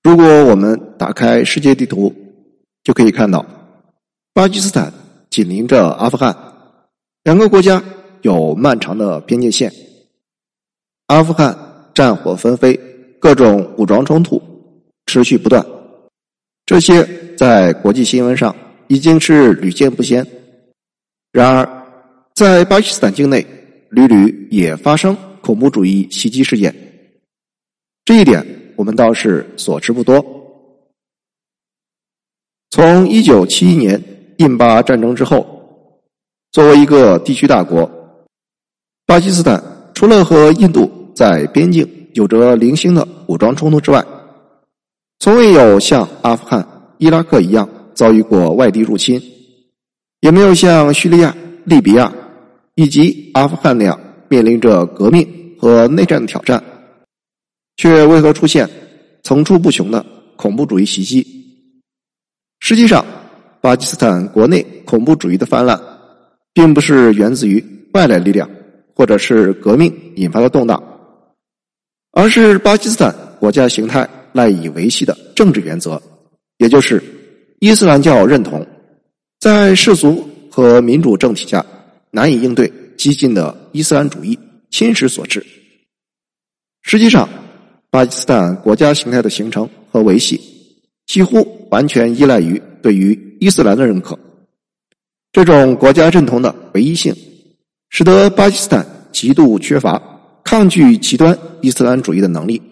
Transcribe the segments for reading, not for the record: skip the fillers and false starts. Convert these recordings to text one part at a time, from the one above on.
如果我们打开世界地图，就可以看到巴基斯坦紧邻着阿富汗，两个国家有漫长的边界线。阿富汗战火纷飞，各种武装冲突持续不断，这些在国际新闻上已经是屡见不鲜。然而在巴基斯坦境内屡屡也发生恐怖主义袭击事件，这一点我们倒是所知不多。从1971年印巴战争之后，作为一个地区大国，巴基斯坦除了和印度在边境有着零星的武装冲突之外，从未有像阿富汗、伊拉克一样遭遇过外地入侵，也没有像叙利亚、利比亚以及阿富汗那样面临着革命和内战的挑战，却为何出现层出不穷的恐怖主义袭击？实际上，巴基斯坦国内恐怖主义的泛滥，并不是源自于外来力量或者是革命引发的动荡，而是巴基斯坦国家形态赖以维系的政治原则，也就是伊斯兰教认同，在世俗和民主政体下难以应对激进的伊斯兰主义侵蚀所致。实际上，巴基斯坦国家形态的形成和维系几乎完全依赖于对于伊斯兰的认可。这种国家认同的唯一性，使得巴基斯坦极度缺乏抗拒极端伊斯兰主义的能力。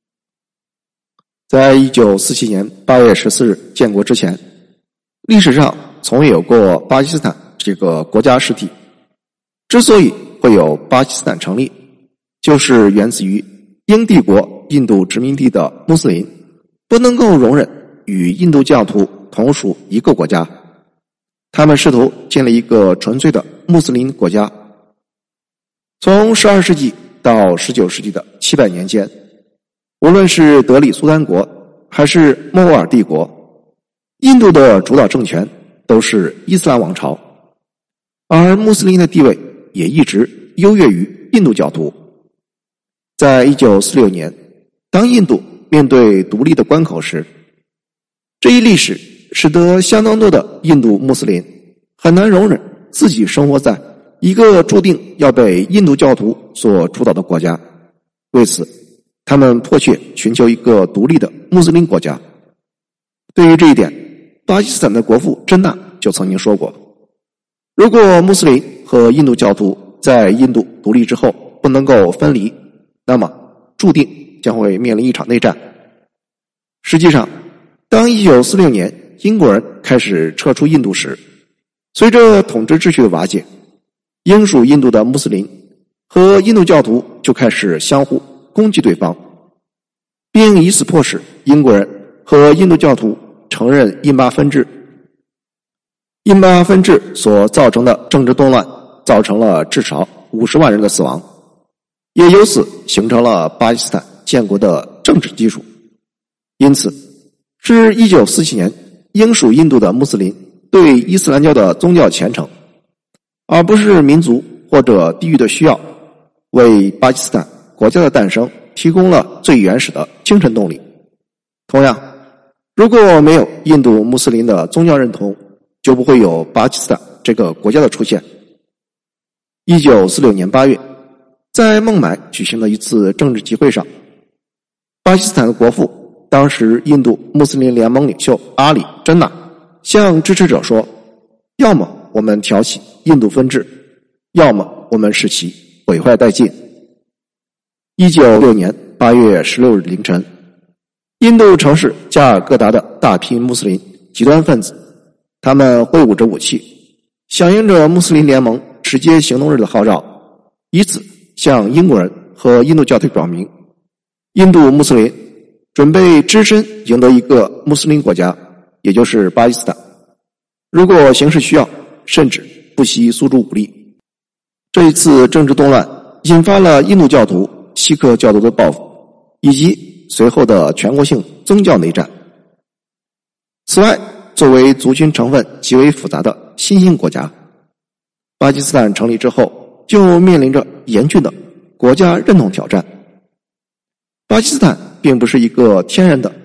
在1947年8月14日建国之前，历史上从未有过巴基斯坦这个国家实体。之所以会有巴基斯坦成立，就是源自于英帝国印度殖民地的穆斯林不能够容忍与印度教徒同属一个国家，他们试图建立一个纯粹的穆斯林国家。从12世纪到19世纪的700年间，无论是德里苏丹国还是莫卧儿帝国，印度的主导政权都是伊斯兰王朝，而穆斯林的地位也一直优越于印度教徒。在1946年，当印度面对独立的关口时，这一历史使得相当多的印度穆斯林很难容忍自己生活在一个注定要被印度教徒所主导的国家，为此他们迫切寻求一个独立的穆斯林国家。对于这一点，巴基斯坦的国父珍纳就曾经说过，如果穆斯林和印度教徒在印度独立之后不能够分离，那么注定将会面临一场内战。实际上，当1946年英国人开始撤出印度时，随着统治秩序的瓦解，英属印度的穆斯林和印度教徒就开始相互攻击对方，并以此迫使英国人和印度教徒承认印巴分治。印巴分治所造成的政治动乱，造成了至少50万人的死亡，也由此形成了巴基斯坦建国的政治基础。因此，是1947年英属印度的穆斯林对伊斯兰教的宗教虔诚，而不是民族或者地域的需要，为巴基斯坦国家的诞生提供了最原始的精神动力。同样，如果没有印度穆斯林的宗教认同，就不会有巴基斯坦这个国家的出现。1946年8月，在孟买举行的一次政治集会上，巴基斯坦的国父，当时印度穆斯林联盟领袖阿里·真纳向支持者说，要么我们挑起印度分治，要么我们使其毁坏殆尽。1966年8月16日凌晨，印度城市加尔各答的大批穆斯林极端分子，他们挥舞着武器，响应着穆斯林联盟直接行动日的号召，以此向英国人和印度教徒表明，印度穆斯林准备只身赢得一个穆斯林国家，也就是巴基斯坦，如果形势需要，甚至不惜诉诸武力。这一次政治动乱引发了印度教徒、锡克教徒的报复，以及随后的全国性宗教内战。此外，作为族群成分极为复杂的新兴国家，巴基斯坦成立之后就面临着严峻的国家认同挑战。巴基斯坦并不是一个天然的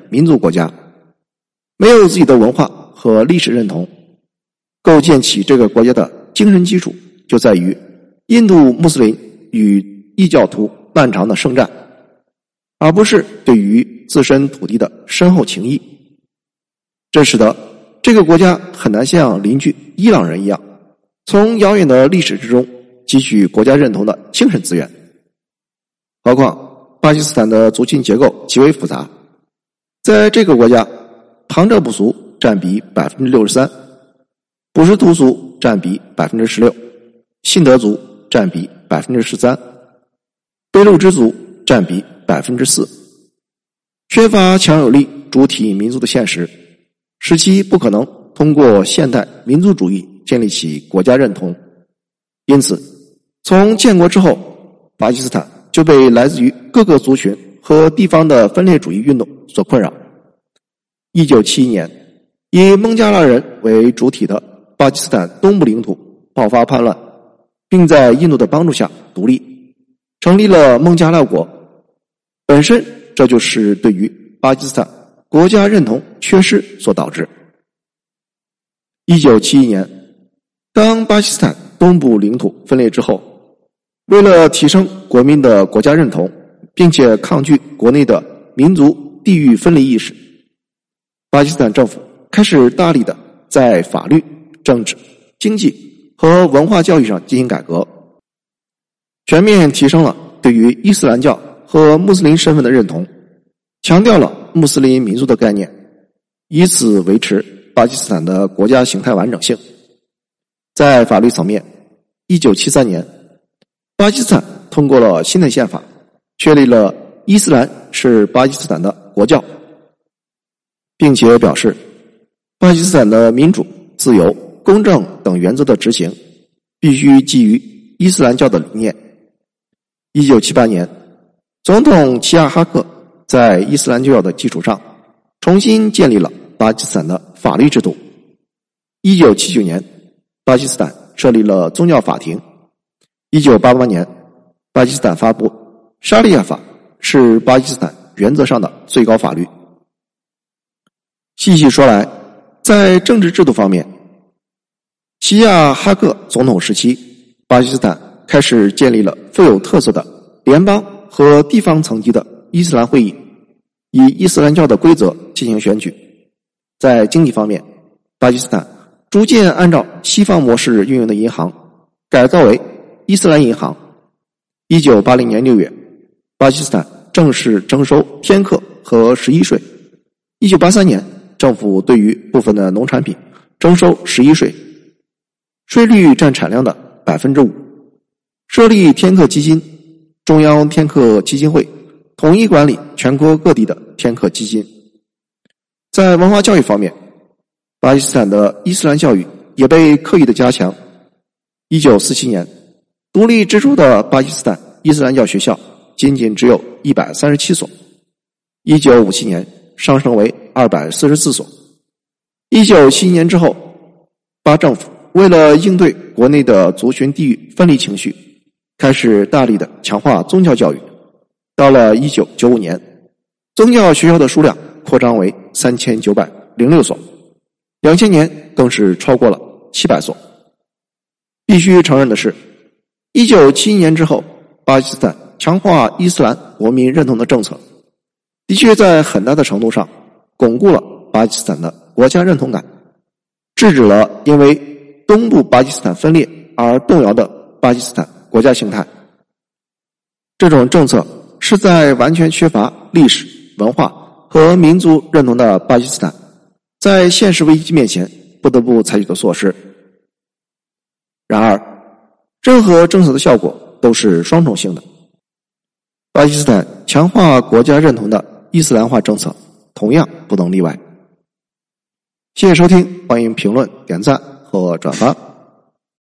民族国家，没有自己的文化和历史认同。构建起这个国家的精神基础就在于印度穆斯林与异教徒漫长的圣战，而不是对于自身土地的深厚情谊。这使得这个国家很难像邻居伊朗人一样，从遥远的历史之中汲取国家认同的精神资源。何况巴基斯坦的族群结构极为复杂，在这个国家，旁遮普族占比 63%， 普什图族占比 16%， 信德族占比 13%， 俾路支族占比 4%。 缺乏强有力主体民族的现实，使其不可能通过现代民族主义建立起国家认同。因此，从建国之后，巴基斯坦就被来自于各个族群和地方的分裂主义运动所困扰。1971年，以孟加拉人为主体的巴基斯坦东部领土爆发叛乱，并在印度的帮助下独立，成立了孟加拉国。本身这就是对于巴基斯坦国家认同缺失所导致。1971年，当巴基斯坦东部领土分裂之后，为了提升国民的国家认同，并且抗拒国内的民族地域分离意识，巴基斯坦政府开始大力的在法律、政治、经济和文化教育上进行改革，全面提升了对于伊斯兰教和穆斯林身份的认同，强调了穆斯林民族的概念，以此维持巴基斯坦的国家形态完整性。在法律层面，1973年，巴基斯坦通过了新的宪法，确立了伊斯兰是巴基斯坦的国教，并且表示巴基斯坦的民主、自由、公正等原则的执行必须基于伊斯兰教的理念。1978年，总统齐亚哈克在伊斯兰教的基础上重新建立了巴基斯坦的法律制度。1979年，巴基斯坦设立了宗教法庭。1988年，巴基斯坦发布沙利亚法，是巴基斯坦原则上的最高法律。细细说来，在政治制度方面，齐亚哈克总统时期，巴基斯坦开始建立了富有特色的联邦和地方层级的伊斯兰会议，以伊斯兰教的规则进行选举。在经济方面，巴基斯坦逐渐按照西方模式运营的银行改造为伊斯兰银行。1980年6月，巴基斯坦正式征收天课和11税。1983年，政府对于部分的农产品征收11税，税率占产量的 5%。 设立天课基金，中央天课基金会统一管理全国各地的天课基金。在文化教育方面，巴基斯坦的伊斯兰教育也被刻意的加强。1947年，独立之初的巴基斯坦伊斯兰教学校仅仅只有137所，1957年上升为244所。1971年之后，巴政府为了应对国内的族群地域分离情绪，开始大力的强化宗教教育。到了1995年，宗教学校的数量扩张为3906所，2000年更是超过了700所。必须承认的是，1971年之后，巴基斯坦强化伊斯兰国民认同的政策，的确在很大的程度上巩固了巴基斯坦的国家认同感，制止了因为东部巴基斯坦分裂而动摇的巴基斯坦国家形态。这种政策是在完全缺乏历史、文化和民族认同的巴基斯坦在现实危机面前不得不采取的措施。然而，任何政策的效果都是双重性的。巴基斯坦强化国家认同的伊斯兰化政策同样不能例外。谢谢收听，欢迎评论、点赞和转发。